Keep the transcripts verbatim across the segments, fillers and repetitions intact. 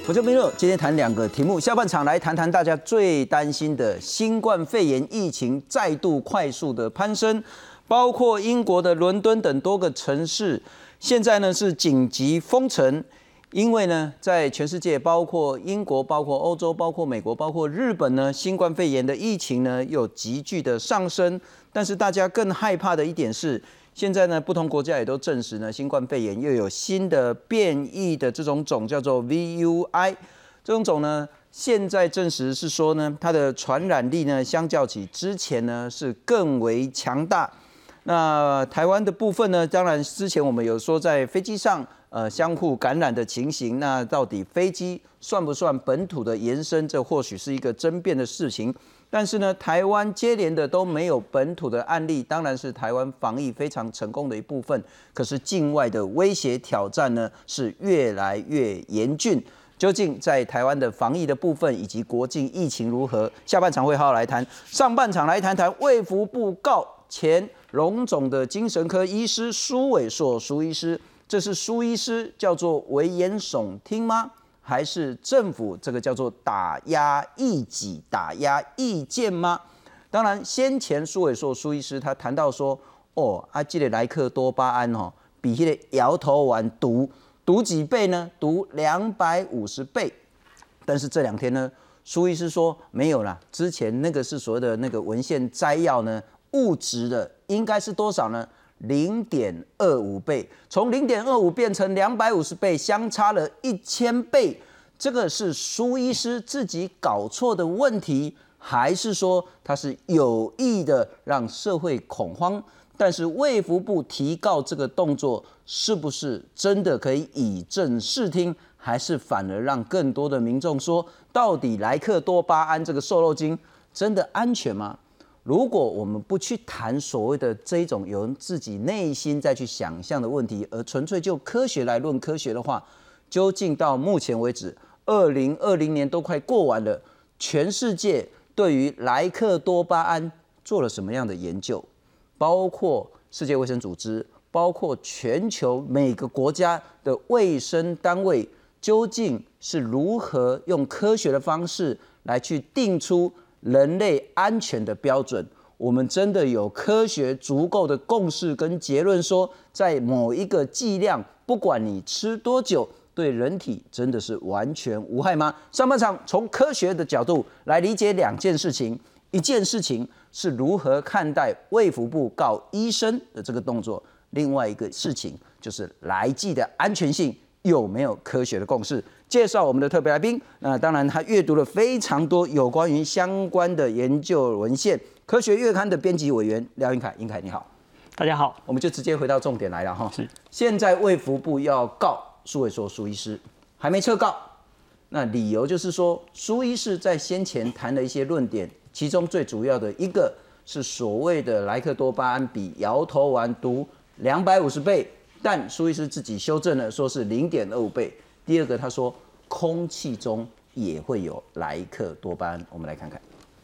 我就没有今天谈两个题目，下半场来谈谈大家最担心的新冠肺炎疫情再度快速的攀升，包括英国的伦敦等多个城市，现在呢是紧急封城，因为呢在全世界，包括英国、包括欧洲、包括美国、包括日本呢，新冠肺炎的疫情呢又急剧的上升，但是大家更害怕的一点是。现在呢，不同国家也都证实呢，新冠肺炎又有新的变异的这种种，叫做 V U I。这种种呢，现在证实是说呢，它的传染力呢，相较起之前呢，是更为强大。那台湾的部分呢，当然之前我们有说在飞机上呃相互感染的情形，那到底飞机算不算本土的延伸？这或许是一个争辩的事情。但是呢，台湾接连的都没有本土的案例，当然是台湾防疫非常成功的一部分。可是境外的威胁挑战呢，是越来越严峻。究竟在台湾的防疫的部分以及国境疫情如何？下半场会好好来谈。上半场来谈谈卫福部告前荣总的精神科医师苏伟硕苏医师，这是苏医师叫做危言耸听吗？还是政府这个叫做打压异己、打压意见吗？当然，先前苏伟硕苏医师他谈到说，哦，啊，这个莱克多巴胺哦，比那个摇头丸毒毒几倍呢？毒两百五十倍。但是这两天呢，苏医师说没有啦，之前那个是所谓的那个文献摘要呢，误植的应该是多少呢？零点二五倍，从零点二五变成两百五十倍，相差了一千倍。这个是苏医师自己搞错的问题，还是说他是有意的让社会恐慌？但是卫福部提告这个动作，是不是真的可以以正视听，还是反而让更多的民众说，到底莱克多巴胺这个瘦肉精真的安全吗？如果我们不去谈所谓的这一种有人自己内心再去想象的问题，而纯粹就科学来论科学的话，究竟到目前为止，二零二零年都快过完了，全世界对于莱克多巴胺做了什么样的研究？包括世界卫生组织，包括全球每个国家的卫生单位，究竟是如何用科学的方式来去定出人类安全的标准？我们真的有科学足够的共识跟结论说，在某一个剂量，不管你吃多久，对人体真的是完全无害吗？上半场从科学的角度来理解两件事情，一件事情是如何看待卫福部告医生的这个动作，另外一个事情就是来剂的安全性有没有科学的共识？介绍我们的特别来宾，那当然他阅读了非常多有关于相关的研究文献，科学月刊的编辑委员廖英凯，英凯你好。 大家好， 我们就直接回到重点来了哈。是，现在卫福部要告苏伟硕苏医师，还没撤告，那理由就是说，苏医师在先前谈了一些论点，其中最主要的一个是所谓的莱克多巴胺比摇头丸毒两百五十倍，但苏医师自己修正了，说是零点二五倍。第二个，他说空气中也会有莱克多巴胺，我们来看看。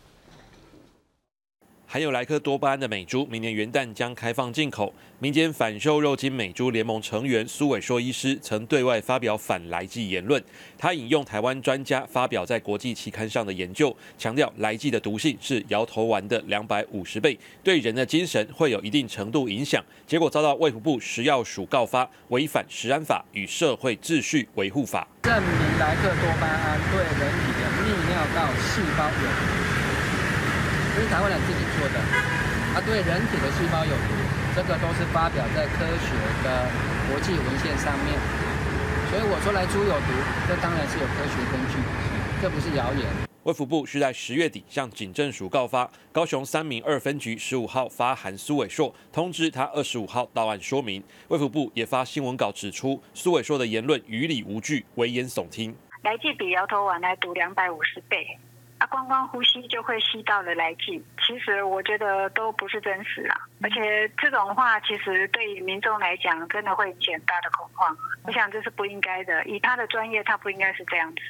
含有莱克多巴胺的美猪，明年元旦将开放进口。民间反瘦肉精美猪联盟成员苏伟硕医师曾对外发表反莱剂言论。他引用台湾专家发表在国际期刊上的研究，强调莱剂的毒性是摇头丸的两百五十倍，对人的精神会有一定程度影响。结果遭到卫福部食药署告发，违反食安法与社会秩序维护法， 证明莱克多巴胺对人体的泌尿道细胞有毒。这是台湾人自己说的，它对人体的细胞有毒，这个都是发表在科学的国际文献上面。所以我说来猪有毒，这当然是有科学根据，这不是谣言。 卫福部是在十月底向警政署告发，高雄三民二分局十五号发函苏伟硕，通知他二十五号到案说明。卫福部也发新闻稿指出，苏伟硕的言论于理无据，危言耸听。 来剂比摇头丸来毒两百五十倍。啊，光光呼吸就会吸到了来剂，其实我觉得都不是真实啊，而且这种话其实对于民众来讲，真的会引起很大的恐慌。我想这是不应该的，以他的专业，他不应该是这样子啊。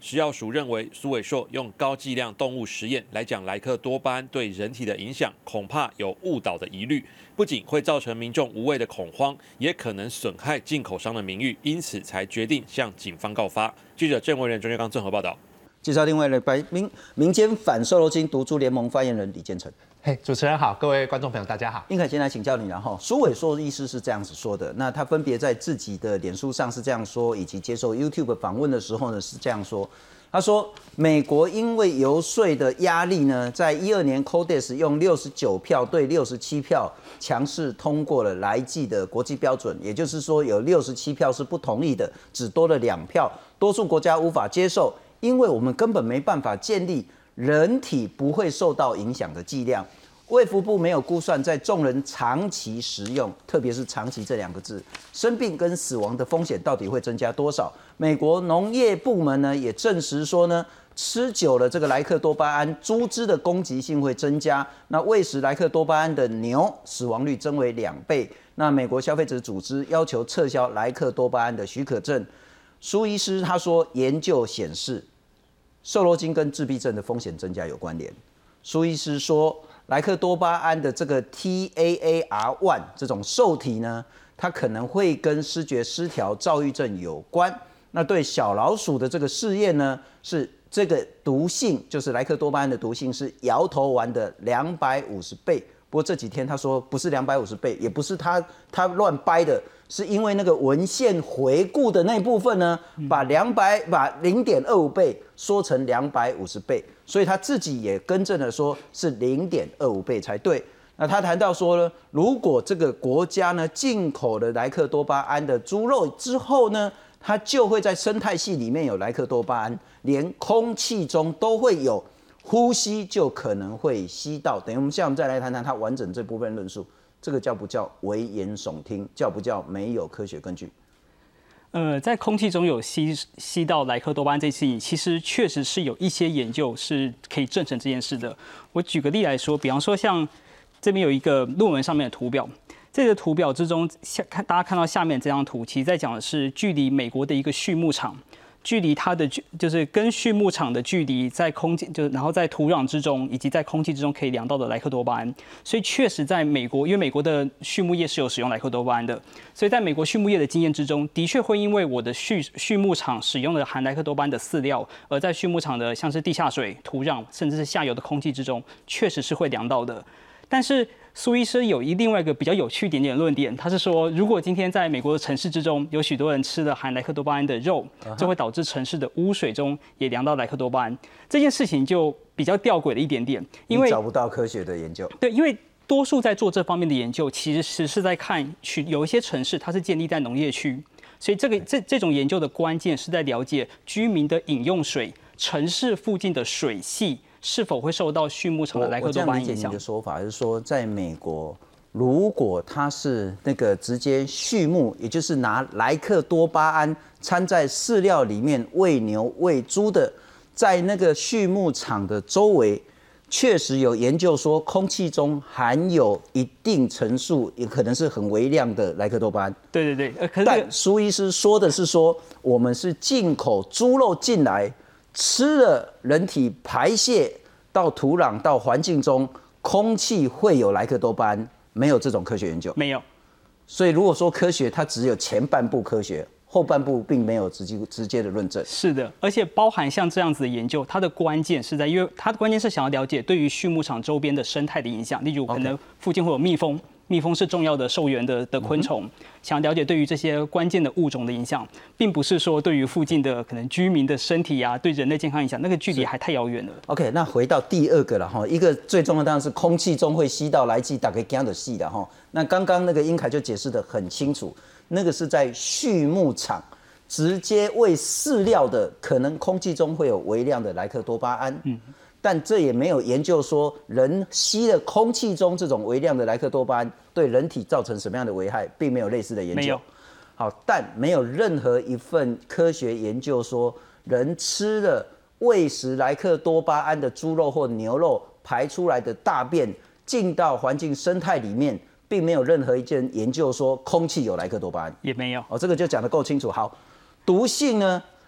食药署认为苏伟硕用高剂量动物实验来讲莱克多巴胺对人体的影响，恐怕有误导的疑虑，不仅会造成民众无谓的恐慌，也可能损害进口商的名誉，因此才决定向警方告发。记者郑文仁、钟岳刚综合报道。 介绍另外的白民民间反瘦肉精毒株联盟发言人李建成。 嘿， hey, 主持人好，各位观众朋友大家好。 英凯先来请教你，然后苏伟硕医师是这样子说的，那他分别在自己的脸书上是这样说，以及接受 YouTube 访问的时候呢是这样说。他说，美国因为游说的压力呢，在一二年 Codex 用六十九票对六十七票强势通过了来剂的国际标准，也就是说有六十七票是不同意的，只多了两票，多数国家无法接受。因为我们根本没办法建立人体不会受到影响的剂量，卫福部没有估算在众人长期食用，特别是长期这两个字，生病跟死亡的风险到底会增加多少？美国农业部门呢也证实说呢，吃久了这个莱克多巴胺，猪只的攻击性会增加，那喂食莱克多巴胺的牛死亡率增为两倍。那美国消费者组织要求撤销莱克多巴胺的许可证。苏医师他说，研究显示瘦肉精跟自闭症的风险增加有关联。苏医师说，莱克多巴胺的这个 T A A R 一 这种受体呢，它可能会跟思觉失调、躁郁症有关。那对小老鼠的这个试验呢，是这个毒性，就是莱克多巴胺的毒性是摇头丸的两百五十倍。不过这几天他说不是两百五十倍，也不是他他乱掰的，是因为那个文献回顾的那部分呢，把两百把零点二五倍说成两百五十倍，所以他自己也更正了，说是零点二五倍才对。那他谈到说呢，如果这个国家呢进口了莱克多巴胺的猪肉之后呢，它就会在生态系里面有莱克多巴胺，连空气中都会有。呼吸就可能会吸到，等于我们下面再来谈谈它完整这部分论述，这个叫不叫危言耸听，叫不叫没有科学根据？ 呃，在空气中有吸吸到莱克多巴胺这件事情，其实确实是有一些研究是可以证成这件事的。我举个例来说，比方说像这边有一个论文上面的图表，这个图表之中，下看大家看到下面这张图，其实在讲的是距离美国的一个畜牧场。距离它的就是跟畜牧场的距离，在空气就然后在土壤之中以及在空气之中可以量到的莱克多巴胺，所以确实在美国，因为美国的畜牧业是有使用莱克多巴胺的，所以在美国畜牧业的经验之中，的确会因为我的畜畜牧场使用了含莱克多巴胺的饲料，而在畜牧场的像是地下水、土壤甚至是下游的空气之中，确实是会量到的。但是苏医师有一另外一个比较有趣一点点的论点，他是说，如果今天在美国的城市之中有许多人吃了含莱克多巴胺的肉，就会导致城市的污水中也量到莱克多巴胺。这件事情就比较吊诡了一点点，因为你找不到科学的研究。 对，因为多数在做这方面的研究，其实是在看有一些城市它是建立在农业区，所以这个这这种研究的关键是在了解居民的饮用水、城市附近的水系。是否会受到畜牧场的莱克多巴胺影响？我这样理解你的说法是说，在美国，如果它是那个直接畜牧，也就是拿莱克多巴胺掺在饲料里面喂牛喂猪的，在那个畜牧场的周围，确实有研究说，空气中含有一定层数，也可能是很微量的莱克多巴胺。 对对对，呃、可是、 但苏医师说的是说，我们是进口猪肉进来。吃了，人体排泄到土壤到环境中，空气会有莱克多巴胺，没有这种科学研究， 没有。 所以如果说科学，它只有前半部科学，后半部并没有直接直接的论证。 是的，而且包含像这样子的研究，它的关键是在，因为它的关键是想要了解对于畜牧场周边的生态的影响，例如可能附近会有蜜蜂。蜜蜂是重要的受源的的昆虫，想了解对于这些关键的物种的影响，并不是说对于附近的可能居民的身体啊，对人类健康影响，那个距离还太遥远了。 OK， 那回到第二个了哈，一个最重要的当然是空气中会吸到来剂，大概这样的细的哈。那刚刚那个英凯就解释得很清楚，那个是在畜牧场直接喂饲料的，可能空气中会有微量的莱克多巴胺。嗯。但这也没有研究说人吸了空气中这种微量的莱克多巴胺对人体造成什么样的危害，并没有类似的研究。 没有。 好，但没有任何一份科学研究说人吃了喂食莱克多巴胺的猪肉或牛肉排出来的大便进到环境生态里面，并没有任何一件研究说空气有莱克多巴胺， 也没有。 哦，这个就讲得够清楚。好，毒性呢？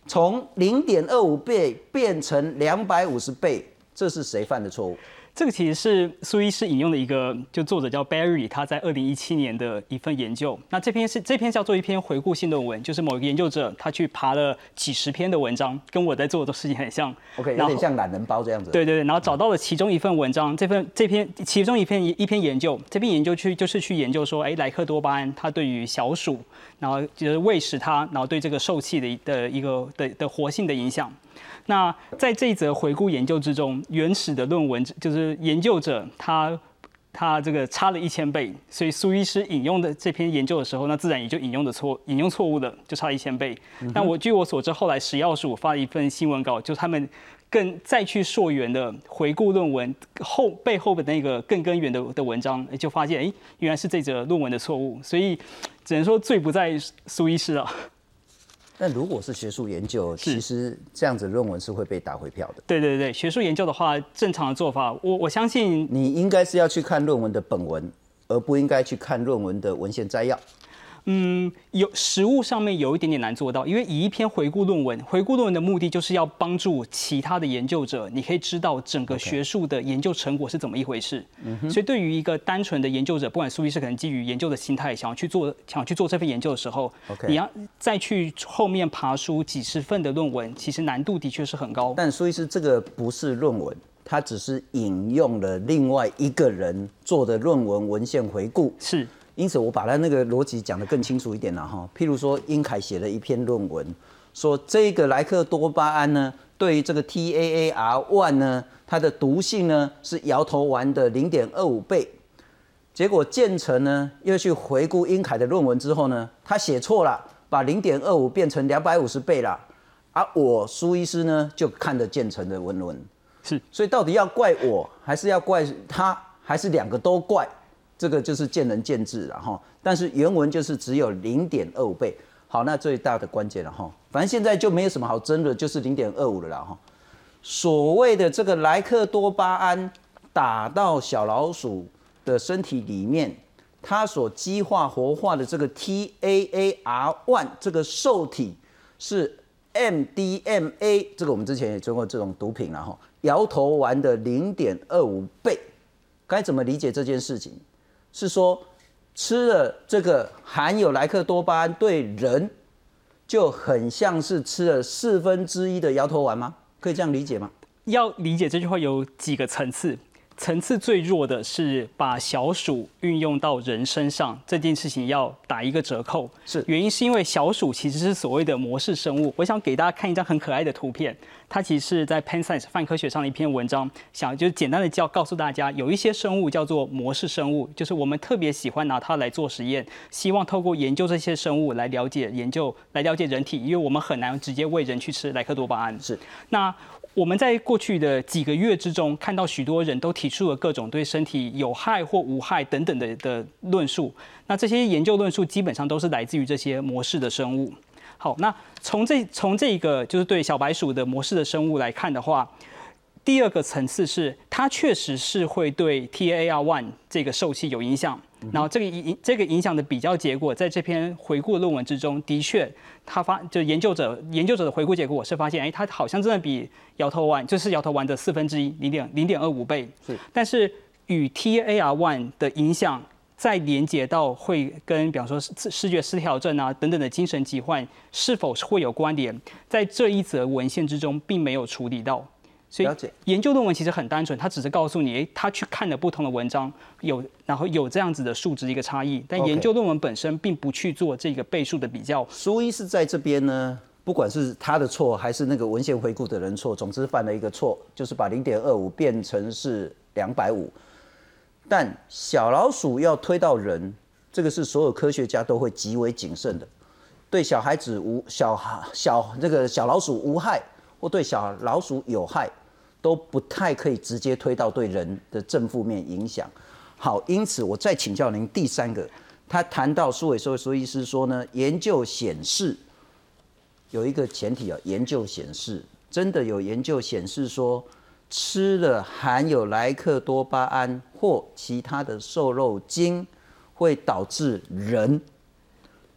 从零点二五倍变成两百五十倍，这是谁犯的错误？ 这个其实是苏医师引用的一个，就作者叫 Barry， 他在二零一七年的一份研究。那这篇是这篇叫做一篇回顾性论文，就是某一个研究者他去爬了几十篇的文章，跟我在做的事情很像。 OK， 有点像懒人包这样子。 对对对，然后找到了其中一份文章，这份这篇其中一篇一篇研究，这篇研究去就是去研究说，哎，莱克多巴胺它对于小鼠，然后就是喂食它，然后对这个受气的的一个的的活性的影响。那在这一则回顾研究之中，原始的论文就是研究者他他这个差了一千倍，所以苏医师引用的这篇研究的时候，那自然也就引用的错引用错误的就差了一千倍。嗯、但我据我所知，后来食药署发了一份新闻稿，就是他们更再去溯源的回顾论文后背后的那个更根源的的文章，就发现哎，原来是这则论文的错误，所以只能说罪不在苏医师了。 但如果是学术研究，其实这样子论文是会被打回票的。 对对对，学术研究的话，正常的做法，我我相信你应该是要去看论文的本文，而不应该去看论文的文献摘要。 嗯，有实务上面有一点点难做到，因为以一篇回顾论文，回顾论文的目的就是要帮助其他的研究者，你可以知道整个学术的研究成果是怎么一回事。Okay. 所以对于一个单纯的研究者，不管苏医师可能基于研究的心态，想要去做想要去做这份研究的时候， Okay. 你要再去后面爬出几十份的论文，其实难度的确是很高。 但苏医师这个不是论文，他只是引用了另外一个人做的论文文献回顾。 是。 因此，我把他那个逻辑讲得更清楚一点了哈。譬如说，英凯写了一篇论文，说这个莱克多巴胺呢，对于这个 T A A R 一 呢，它的毒性呢是摇头丸的 零点二五倍。结果建成呢又去回顾英凯的论文之后呢，他写错了，把 零点二五 变成两百五十倍了。而我苏医师呢就看得建成的文文， 是， 所以到底要怪我，还是要怪他，还是两个都怪？这个就是见仁见智了哈，但是原文就是只有 零点二五倍。好，那最大的关键了哈，反正现在就没有什么好争的，就是 零点二五 了啦哈。所谓的这个莱克多巴胺打到小老鼠的身体里面，它所激化活化的这个 T A A R 一 这个受体是 M D M A， 这个我们之前也做过这种毒品了哈，摇头丸的 零点二五倍。该怎么理解这件事情？是说吃了这个含有莱克多巴胺对人就很像是吃了四分之一的摇头丸吗？可以这样理解吗？ 要理解这句话有几个层次。层次最弱的是把小鼠运用到人身上这件事情要打一个折扣， 是原因是因为小鼠其实是所谓的模式生物。我想给大家看一张很可爱的图片，它其实是在 Penn Science 泛科学上的一篇文章，想就是简单的教告诉大家，有一些生物叫做模式生物，就是我们特别喜欢拿它来做实验，希望透过研究这些生物来了解研究来了解人体，因为我们很难直接喂人去吃莱克多巴胺。 是那。我们在过去的几个月之中，看到许多人都提出了各种对身体有害或无害等等的的论述。那这些研究论述基本上都是来自于这些模式的生物。好，那从这从这个就是对小白鼠的模式的生物来看的话，第二个层次是它确实是会对 T A A R 一 这个受器有影响。然后这个影这个影响的比较结果，在这篇回顾论文之中，的确，他发就研究者研究者的回顾结果是发现，哎，它好像真的比摇头丸就是摇头丸的四分之一，零点零点二五倍。 是， 但是与 T A A R 一 的影响，再连接到会跟比方说视觉失调症啊等等的精神疾患是否是会有关联，在这一则文献之中并没有处理到。所以研究论文其实很单纯，它只是告诉你，哎，他去看了不同的文章，有然后有这样子的数值一个差异，但研究论文本身并不去做这个倍数的比较。 苏医师在这边呢，不管是他的错还是那个文献回顾的人错，总之犯了一个错，就是把 零点二五 变成是两百五十。但小老鼠要推到人，这个是所有科学家都会极为谨慎的，对小孩子无小小这个小老鼠无害，或对小老鼠有害，都不太可以直接推到对人的正负面影响。好，因此我再请教您第三个，他谈到苏伟硕苏医师说呢，研究显示有一个前提啊，研究显示真的有研究显示说，吃了含有莱克多巴胺或其他的瘦肉精，会导致人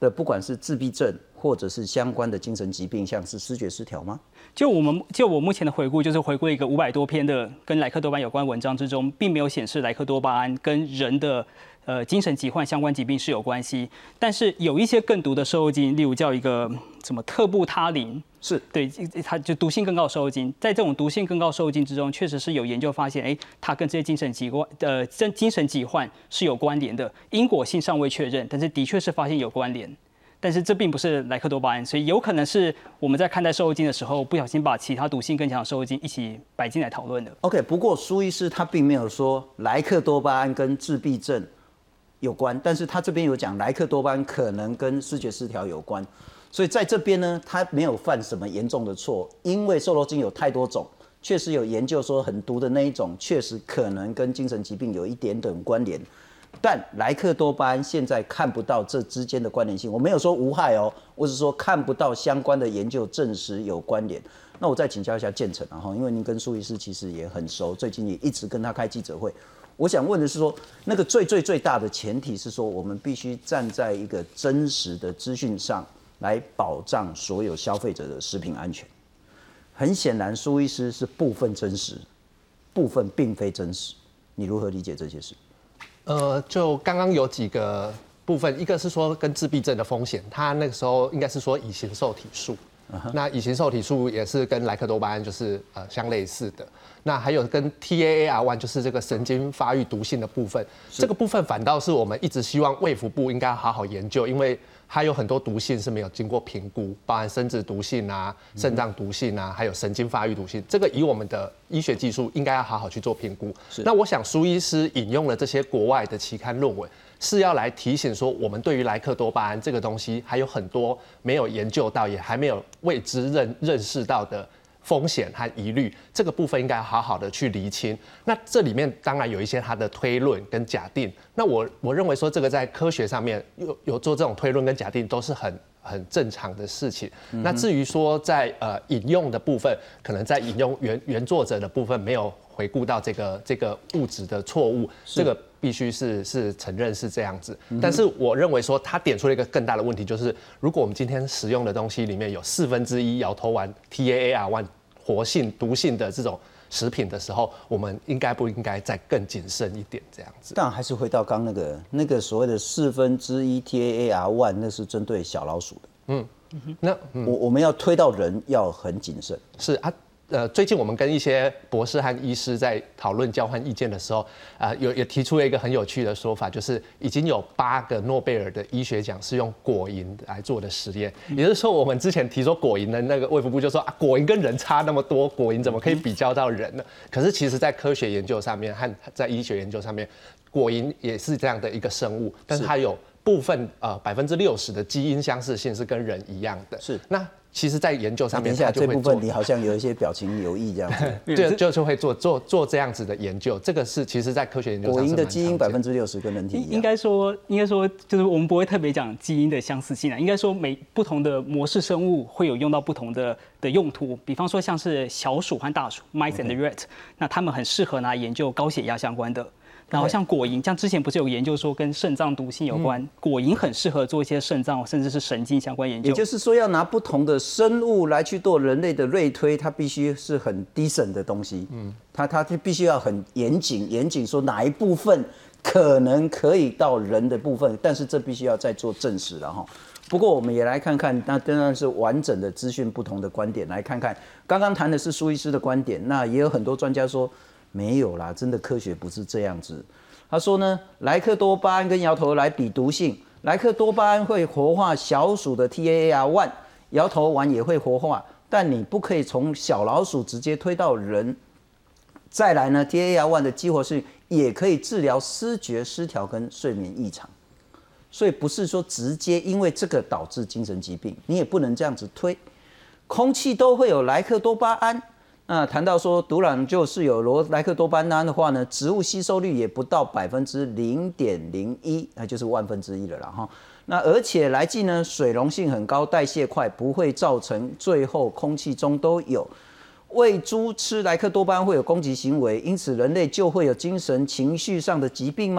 的，不管是自闭症或者是相关的精神疾病，像是思觉失调吗？ 就我们就我目前的回顾，就是回顾了一个五百多篇的跟莱克多巴胺有关文章之中，并没有显示莱克多巴胺跟人的呃精神疾患相关疾病是有关系。但是有一些更毒的瘦肉精，例如叫一个什么特布他林， 是对它就毒性更高的瘦肉精，在这种毒性更高的瘦肉精之中，确实是有研究发现，哎，它跟这些精神疾患呃精神疾患是有关联的，因果性尚未确认，但是的确是发现有关联。但是这并不是莱克多巴胺，所以有可能是我们在看待瘦肉精的时候，不小心把其他毒性更强的瘦肉精一起摆进来讨论的。 OK， 不过苏医师他并没有说莱克多巴胺跟自闭症有关，但是他这边有讲莱克多巴胺可能跟思觉失调有关，所以在这边呢，他没有犯什么严重的错，因为瘦肉精有太多种，确实有研究说很毒的那一种，确实可能跟精神疾病有一点点关联。但莱克多巴胺现在看不到这之间的关联性，我没有说无害哦，我是说看不到相关的研究证实有关联。那我再请教一下建成啊，因为您跟苏医师其实也很熟，最近也一直跟他开记者会。我想问的是说，那个最最最大的前提是说，我们必须站在一个真实的资讯上来保障所有消费者的食品安全。很显然，苏医师是部分真实，部分并非真实。你如何理解这些事？ 呃，就刚刚有几个部分，一个是说跟自闭症的风险，他那个时候应该是说乙型受体素， uh-huh. 那乙型受体素也是跟莱克多巴胺就是呃相类似的。那还有跟 T A A R 一 就是这个神经发育毒性的部分，这个部分反倒是我们一直希望卫福部应该好好研究，因为它有很多毒性是没有经过评估，包含生殖毒性啊、肾脏毒性啊，还有神经发育毒性。这个以我们的医学技术应该要好好去做评估。那我想苏医师引用了这些国外的期刊论文，是要来提醒说，我们对于莱克多巴胺这个东西还有很多没有研究到，也还没有未知认认识到的风险和疑虑，这个部分应该好好的去厘清。那这里面当然有一些它的推论跟假定。那我我认为说，这个在科学上面有有做这种推论跟假定，都是很很正常的事情。嗯、那至于说在呃引用的部分，可能在引用原原作者的部分没有回顾到这个这个物质的错误，这个必须是是承认是这样子。但是我认为说，他点出了一个更大的问题，就是如果我们今天使用的东西里面有四分之一摇头丸 T A A R 一 活性毒性的这种食品的时候，我们应该不应该再更谨慎一点这样子？ 当然还是回到刚那个那个所谓的四分之一 T A A R 一，那是针对小老鼠的。嗯，那、嗯、我我们要推到人要很谨慎。 是啊。呃，最近我们跟一些博士和医师在讨论交换意见的时候，啊、呃，有也提出了一个很有趣的说法，就是已经有八个诺贝尔的医学奖是用果蝇来做的实验。也就是说，我们之前提说果蝇的那个卫福部就说啊，果蝇跟人差那么多，果蝇怎么可以比较到人呢？可是其实，在科学研究上面和在医学研究上面，果蝇也是这样的一个生物，但是它有部分呃百分之六十的基因相似性是跟人一样的。是那。其实，在研究上面，它就会这部分你好像有一些表情有意这样子， 就就就会做做做这样子的研究。这个是其实，在科学研究上， 果蝇的基因百分之六十跟人体一样。 应该说，应该说，就是我们不会特别讲基因的相似性啊。应该说，每不同的模式生物会有用到不同的的用途。比方说，像是小鼠和大鼠 （mice and rat），、okay. 那它们很适合拿来研究高血压相关的。然后像果蝇，像之前不是有研究说跟肾脏毒性有关，嗯、果蝇很适合做一些肾脏甚至是神经相关研究。 也就是说，要拿不同的生物来去做人类的类推，它必须是很decent的东西。嗯，它它必须要很严谨，严谨说哪一部分可能可以到人的部分，但是这必须要再做证实了哈。不过我们也来看看，那当然是完整的资讯，不同的观点来看看。刚刚谈的是苏医师的观点，那也有很多专家说。没有啦，真的科学不是这样子。他说呢，莱克多巴胺跟摇头来比毒性，莱克多巴胺会活化小鼠的 T A A R 一， 摇头丸也会活化，但你不可以从小老鼠直接推到人。再来呢 ，T A A R 一 的激活性也可以治疗思觉失调跟睡眠异常，所以不是说直接因为这个导致精神疾病，你也不能这样子推。空气都会有莱克多巴胺。那谈到说土壤就是有罗莱克多巴胺的话呢，植物吸收率也不到百分之零点零一，那就是万分之一了啦哈。那而且来剂呢，水溶性很高，代谢快，不会造成最后空气中都有。喂猪吃莱克多巴胺会有攻击行为，因此人类就会有精神情绪上的疾病吗？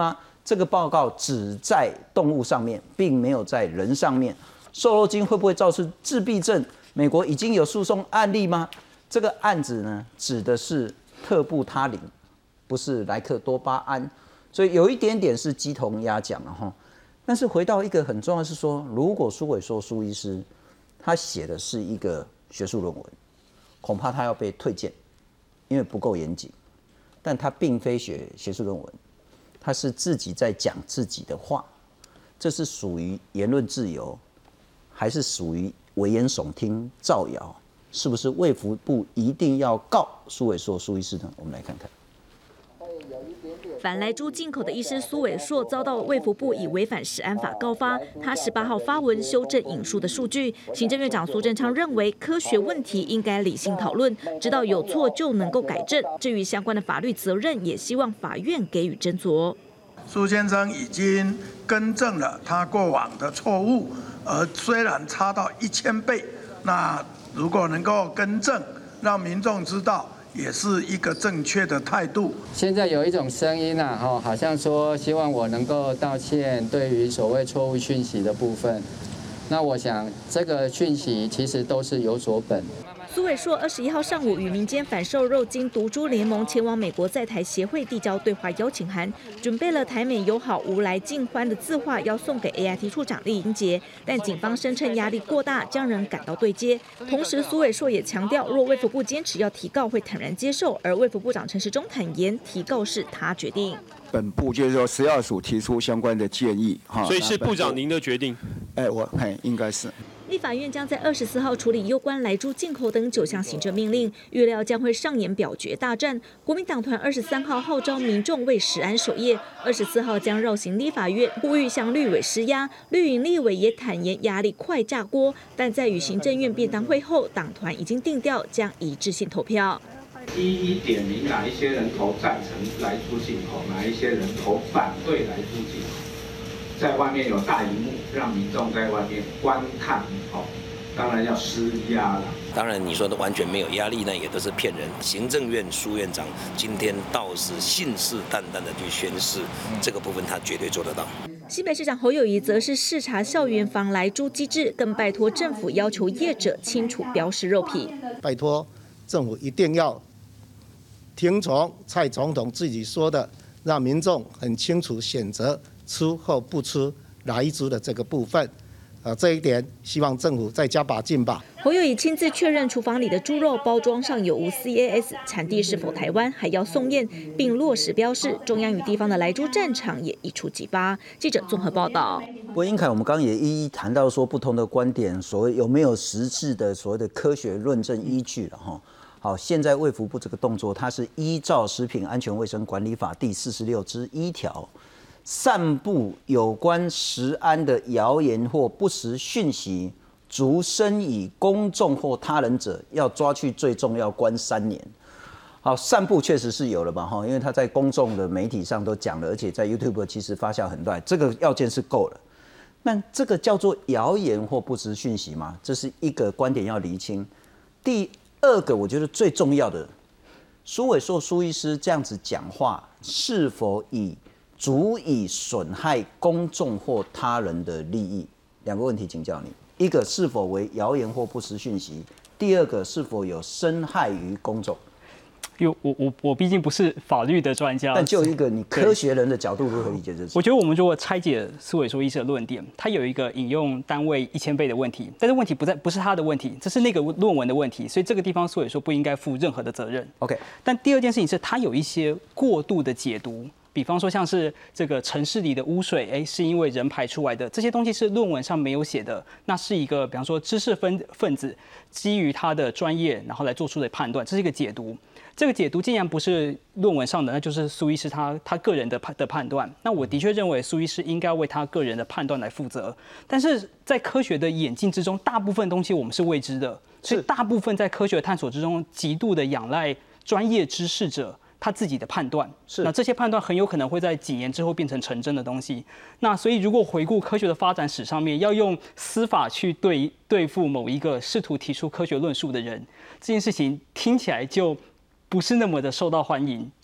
这个报告只在动物上面，并没有在人上面。瘦肉精会不会造成自闭症？美国已经有诉讼案例吗？这个案子呢，指的是特布他林，不是莱克多巴胺，所以有一点点是鸡同鸭讲了哈。但是回到一个很重要的是说，如果苏伟硕苏医师他写的是一个学术论文，恐怕他要被退件，因为不够严谨。但他并非学学术论文，他是自己在讲自己的话，这是属于言论自由，还是属于危言耸听、造谣？是不是卫福部一定要告苏伟硕苏医师呢？我们来看看。 反莱猪进口的医师苏伟硕遭到卫福部以违反食安法告发，他十八号发文修正引述的数据。行政院长苏贞昌认为，科学问题应该理性讨论，知道有错就能够改正。至于相关的法律责任，也希望法院给予斟酌。 苏先生已经更正了他过往的错误，而虽然差到一千倍，那如果能够更正，让民众知道，也是一个正确的态度。 现在有一种声音啊，哈，好像说希望我能够道歉，对于所谓错误讯息的部分，那我想这个讯息其实都是有所本。 苏伟硕二十一号上午与民间反瘦肉精毒株联盟前往美国在台协会递交对话邀请函，准备了台美友好无来尽欢的字画，要送给 A I T 处长厉英杰，但警方声称压力过大，将人赶到对接。同时，苏伟硕也强调，若卫福部坚持要提告，会坦然接受。而卫福部长陈时中坦言，提告是他决定。 本部就是说食药署提出相关的建议，哈， 所以是部长您的决定。 哎，我哎应该是。 立法院将在二十四号处理有关莱猪进口等九项行政命令，预料将会上演表决大战。国民党团二十三号号召民众为食安守夜，二十四号将绕行立法院，呼吁向绿委施压。绿营立委也坦言压力快炸锅，但在与行政院便当会后，党团已经定调将一致性投票。 一一点名哪一些人投赞成莱猪进口，哪一些人投反对莱猪进口。在外面有大荧幕，让民众在外面观看，哦，当然要施压了。 当然，你说的完全没有压力呢，也都是骗人。行政院苏院长今天倒是信誓旦旦的去宣示，这个部分他绝对做得到。 新北市长侯友宜则是视察校园防莱猪机制，更拜托政府要求业者清楚标示肉品。 拜托政府一定要听从蔡总统自己说的，让民众很清楚选择吃或不吃莱猪的这个部分，呃，这一点希望政府再加把劲吧。 侯友宜亲自确认厨房里的猪肉包装上有无 C A S， 产地是否台湾，还要送验，并落实标示。中央与地方的莱猪战场也一触即发。记者综合报道。 不过英凯，我们刚刚也一一谈到说不同的观点，所谓有没有实质的所谓的科学论证依据了哈。好，现在卫福部这个动作，它是依照《食品安全卫生管理法》第四十六之一条。散布有关食安的谣言或不实讯息，逐申以公众或他人者，要抓去最重要关三年。好，散布确实是有了吧？哈，因为他在公众的媒体上都讲了，而且在 YouTube 其实发酵很大，这个要件是够了。那这个叫做谣言或不实讯息吗？这是一个观点要厘清。第二个，我觉得最重要的，苏伟硕苏医师这样子讲话，是否以足以损害公众或他人的利益？两个问题请教你：一个是否为谣言或不实讯息；第二个是否有伤害于公众？ 因为我我我毕竟不是法律的专家， 但就一个你科学人的角度如何理解这事？ 我觉得我们如果拆解苏伟硕医师的论点，他有一个引用单位一千倍的问题，但是问题不在不是他的问题，这是那个论文的问题，所以这个地方苏伟硕不应该负任何的责任。 OK， 但第二件事情是他有一些过度的解读。比方说，像是这个城市里的污水，哎，是因为人排出来的，这些东西是论文上没有写的，那是一个比方说知识分分子基于他的专业，然后来做出的判断，这是一个解读。这个解读既然不是论文上的，那就是苏医师他他个人的判的判断。那我的确认为苏医师应该为他个人的判断来负责。但是在科学的演进之中，大部分东西我们是未知的，所以大部分在科学探索之中，极度的仰赖专业知识者他自己的判断。是，那这些判断很有可能会在几年之后变成成真的东西。那所以如果回顾科学的发展史上面，要用司法去对对付某一个试图提出科学论述的人，这件事情听起来就不是那么的受到欢迎。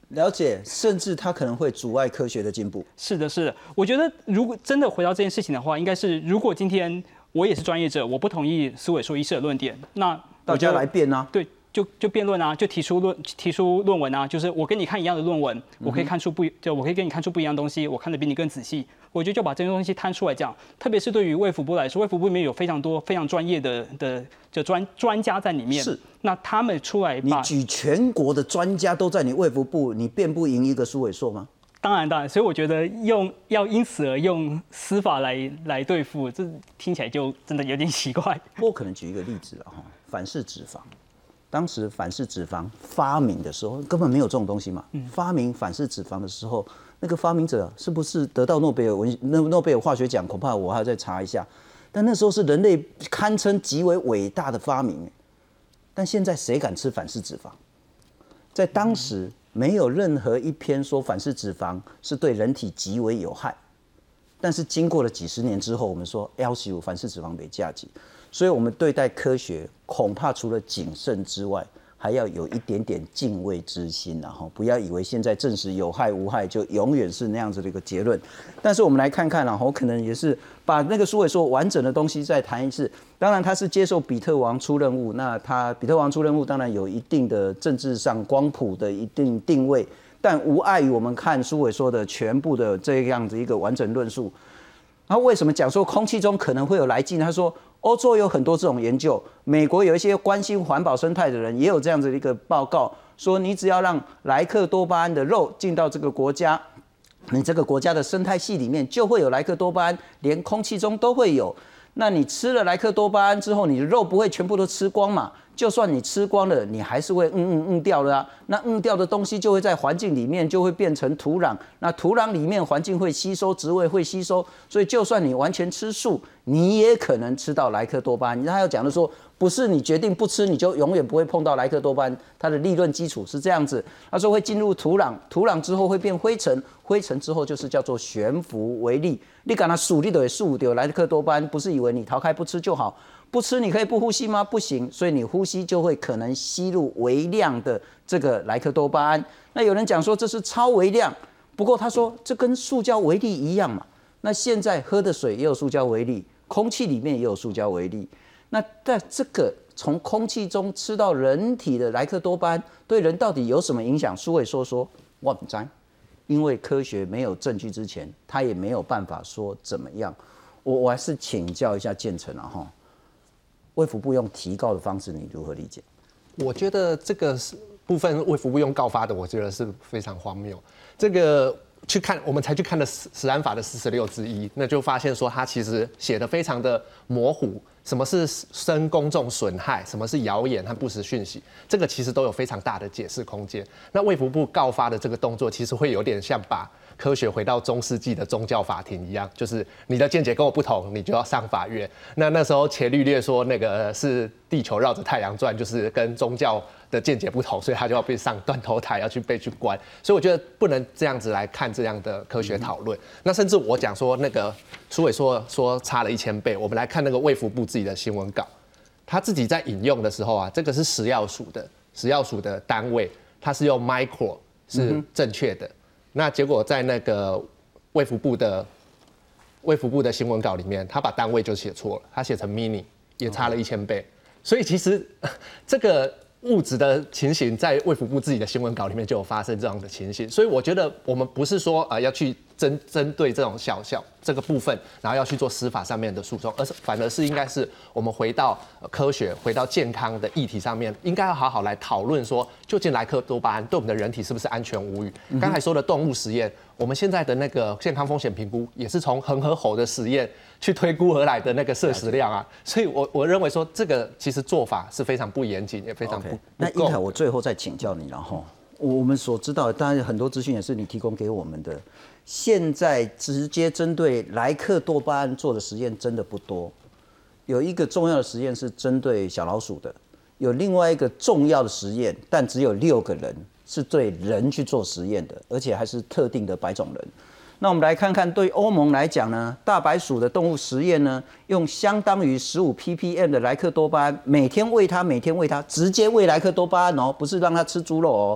了解，甚至它可能会阻碍科学的进步。 是的，是的。我觉得如果真的回到这件事情的话，应该是如果今天我也是专业者，我不同意苏伟硕医师的论点，那大家来辩啊。 对。就就辩论啊，就提出论提出论文啊，就是我跟你看一样的论文，我可以看出不就我可以跟你看出不一样的东西，我看得比你更仔细。我觉得就把这些东西摊出来讲，特别是对于卫福部来说，卫福部里面有非常多非常专业的的的专专家在里面。 是， 那他们出来把， 你举全国的专家都在你卫福部，你辩不赢一个苏伟硕吗？ 当然，当然，所以我觉得用要因此而用司法来来对付，这听起来就真的有点奇怪。 我可能举一个例子啊，哈，反式脂肪。当时反式脂肪发明的时候，根本没有这种东西嘛。嗯、发明反式脂肪的时候，那个发明者是不是得到诺贝尔文诺诺贝尔化学奖？恐怕我还要再查一下。但那时候是人类堪称极为伟大的发明。但现在谁敢吃反式脂肪？在当时没有任何一篇说反式脂肪是对人体极为有害。但是经过了几十年之后，我们说 L 十五反式脂肪没价值。所以，我们对待科学恐怕除了谨慎之外，还要有一点点敬畏之心，然后不要以为现在证实有害无害就永远是那样子的一个结论。但是我们来看看，然后可能也是把那个苏伟硕完整的东西再谈一次。当然，他是接受比特王出任务，那他比特王出任务当然有一定的政治上光谱的一定定位，但无碍于我们看苏伟硕的全部的这样子一个完整论述。然后为什么讲说空气中可能会有来劲？他说，欧洲有很多这种研究，美国有一些关心环保生态的人也有这样子的一个报告，说你只要让莱克多巴胺的肉进到这个国家，你这个国家的生态系里面就会有莱克多巴胺，连空气中都会有。那你吃了莱克多巴胺之后，你的肉不会全部都吃光嘛？就算你吃光了，你还是会嗯嗯嗯掉了啊。那嗯掉的东西就会在环境里面就会变成土壤，那土壤里面环境会吸收，植物会吸收，所以就算你完全吃素，你也可能吃到莱克多巴胺。他要讲的说，不是你决定不吃，你就永远不会碰到莱克多巴胺，它的理论基础是这样子。他说会进入土壤，土壤之后会变灰尘，灰尘之后就是叫做悬浮微粒。你敢它数你都会数掉莱克多巴胺，不是以为你逃开不吃就好。不吃你可以不呼吸吗？不行，所以你呼吸就会可能吸入微量的这个莱克多巴胺。那有人讲说这是超微量，不过他说这跟塑胶微粒一样嘛。那现在喝的水也有塑胶微粒，空气里面也有塑胶微粒。那在这个从空气中吃到人体的莱克多巴胺，对人到底有什么影响？苏伟硕说，我不知道，因为科学没有证据之前，他也没有办法说怎么样。我我还是请教一下建成啊哈。卫福部用提告的方式，你如何理解？ 我觉得这个部分卫福部用告发的，我觉得是非常荒谬。这个去看，我们才去看了食安法的四十六之一，那就发现说它其实写的非常的模糊，什么是生公众损害，什么是谣言和不实讯息，这个其实都有非常大的解释空间。那卫福部告发的这个动作，其实会有点像把科学回到中世纪的宗教法庭一样，就是你的见解跟我不同，你就要上法院。那那时候伽利略说那个是地球绕着太阳转，就是跟宗教的见解不同，所以他就要被上断头台，要去被去关。所以我觉得不能这样子来看这样的科学讨论。那甚至我讲说那个苏伟说说差了一千倍，我们来看那个卫福部自己的新闻稿，他自己在引用的时候啊，这个是食药署的食药署的单位，它是用 micro 是正确的。嗯，那结果在那个卫福部的卫福部的新闻稿里面，他把单位就写错了，他写成 mini， 也差了一千倍。所以其实这个物质的情形，在卫福部自己的新闻稿里面就有发生这样的情形。所以我觉得我们不是说呃要去针针对这种小小这个部分，然后要去做司法上面的诉讼，而是反而是应该是我们回到科学、回到健康的议题上面，应该要好好来讨论说，究竟莱克多巴胺对我们的人体是不是安全无虞？刚才说的动物实验，我们现在的那个健康风险评估也是从恒河猴的实验去推估而来的那个摄食量啊，所以我我认为说这个其实做法是非常不严谨，也非常不 okay, 那英凯，我最后再请教你了哈。我们所知道的，当然很多资讯也是你提供给我们的。现在直接针对莱克多巴胺做的实验真的不多，有一个重要的实验是针对小老鼠的，有另外一个重要的实验，但只有六个人是对人去做实验的，而且还是特定的白种人。那我们来看看，对欧盟来讲呢，大白鼠的动物实验呢，用相当于十五 ppm 的莱克多巴胺，每天喂它，每天喂它，直接喂莱克多巴胺哦，不是让它吃猪肉哦。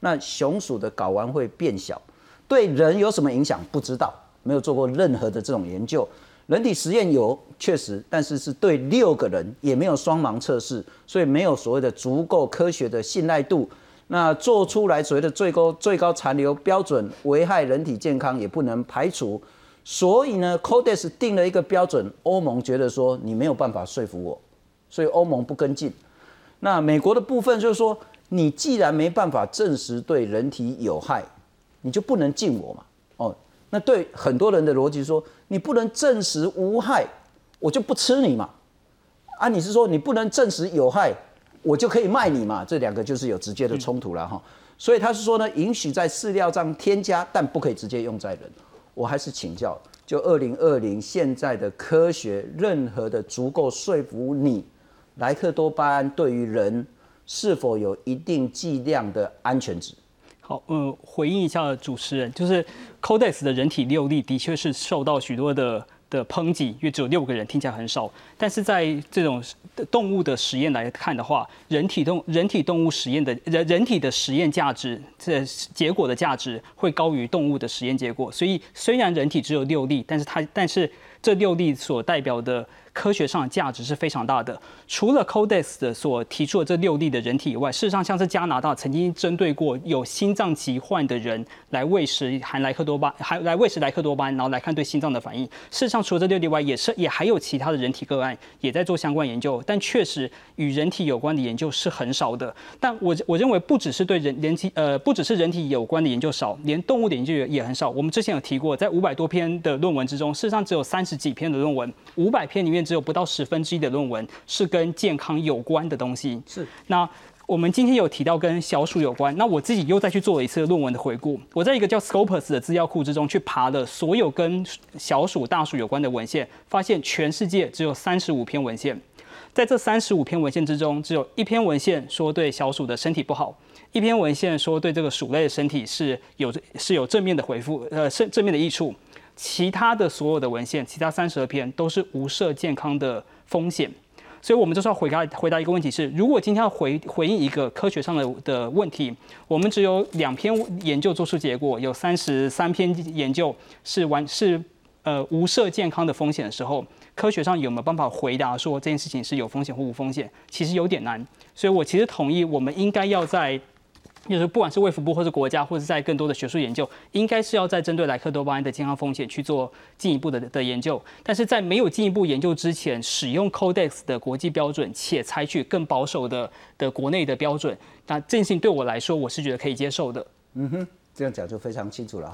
那雄鼠的睾丸会变小，对人有什么影响？不知道，没有做过任何的这种研究。人体实验有确实，但是是对六个人，也没有双盲测试，所以没有所谓的足够科学的信赖度。那做出来所谓的最高最高残留标准，危害人体健康也不能排除。所以呢 ，Codex 定了一个标准，欧盟觉得说你没有办法说服我，所以欧盟不跟进。那美国的部分就是说，你既然没办法证实对人体有害，你就不能禁我嘛。哦，那对很多人的逻辑说，你不能证实无害，我就不吃你嘛。啊，你是说你不能证实有害，我就可以卖你嘛？这两个就是有直接的冲突了哈。嗯、所以他是说呢，允许在饲料上添加，但不可以直接用在人。我还是请教，就二零二零现在的科学，任何的足够说服你，莱克多巴胺对于人是否有一定剂量的安全值？ 好，呃，回应一下主持人，就是 Codex 的人体六例的确是受到许多的的抨击，因为只有六个人，听起来很少。但是在这种动物的实验来看的话，人体动人体动物实验的人人体的实验价值，这结果的价值会高于动物的实验结果。所以虽然人体只有六例，但是它但是这六例所代表的科学上的价值是非常大的。除了 Codex 的所提出的这六例的人体以外，事实上像是加拿大曾经针对过有心脏疾患的人来喂食含莱克多巴，还来喂食莱克多巴胺，然后来看对心脏的反应。事实上，除了这六例外，也是也还有其他的人体个案也在做相关研究，但确实与人体有关的研究是很少的。但我我认为不只是对人人体呃不只是人体有关的研究少，连动物的研究也很少。我们之前有提过，在五百多篇的论文之中，事实上只有三十几篇的论文，五百篇里面只有不到十分之一的论文是跟健康有关的东西。 是那。我们今天有提到跟小鼠有关，那我自己又再去做了一次论文的回顾。我在一个叫 Scopus 的资料库之中去爬了所有跟小鼠、大鼠有关的文献，发现全世界只有三十五篇文献。在这三十五篇文献之中，只有一篇文献说对小鼠的身体不好，一篇文献说对这个鼠类的身体是有是有正面的回复，呃，正正面的益处。其他的所有的文献，其他三十二篇都是无涉健康的风险。所以，我们就是要回答回答一个问题是：如果今天要回回应一个科学上的的问题，我们只有两篇研究做出结果，有三十三篇研究是完是呃无涉健康的风险的时候，科学上有没有办法回答说这件事情是有风险或无风险？其实有点难。所以我其实同意，我们应该要在。就是不管是卫福部或是国家，或是在更多的学术研究，应该是要在针对莱克多巴胺的健康风险去做进一步的的研究。但是在没有进一步研究之前，使用 Codex 的国际标准，且采取更保守的的国内的标准，那这件事情对我来说，我是觉得可以接受的。 嗯哼，这样讲就非常清楚了。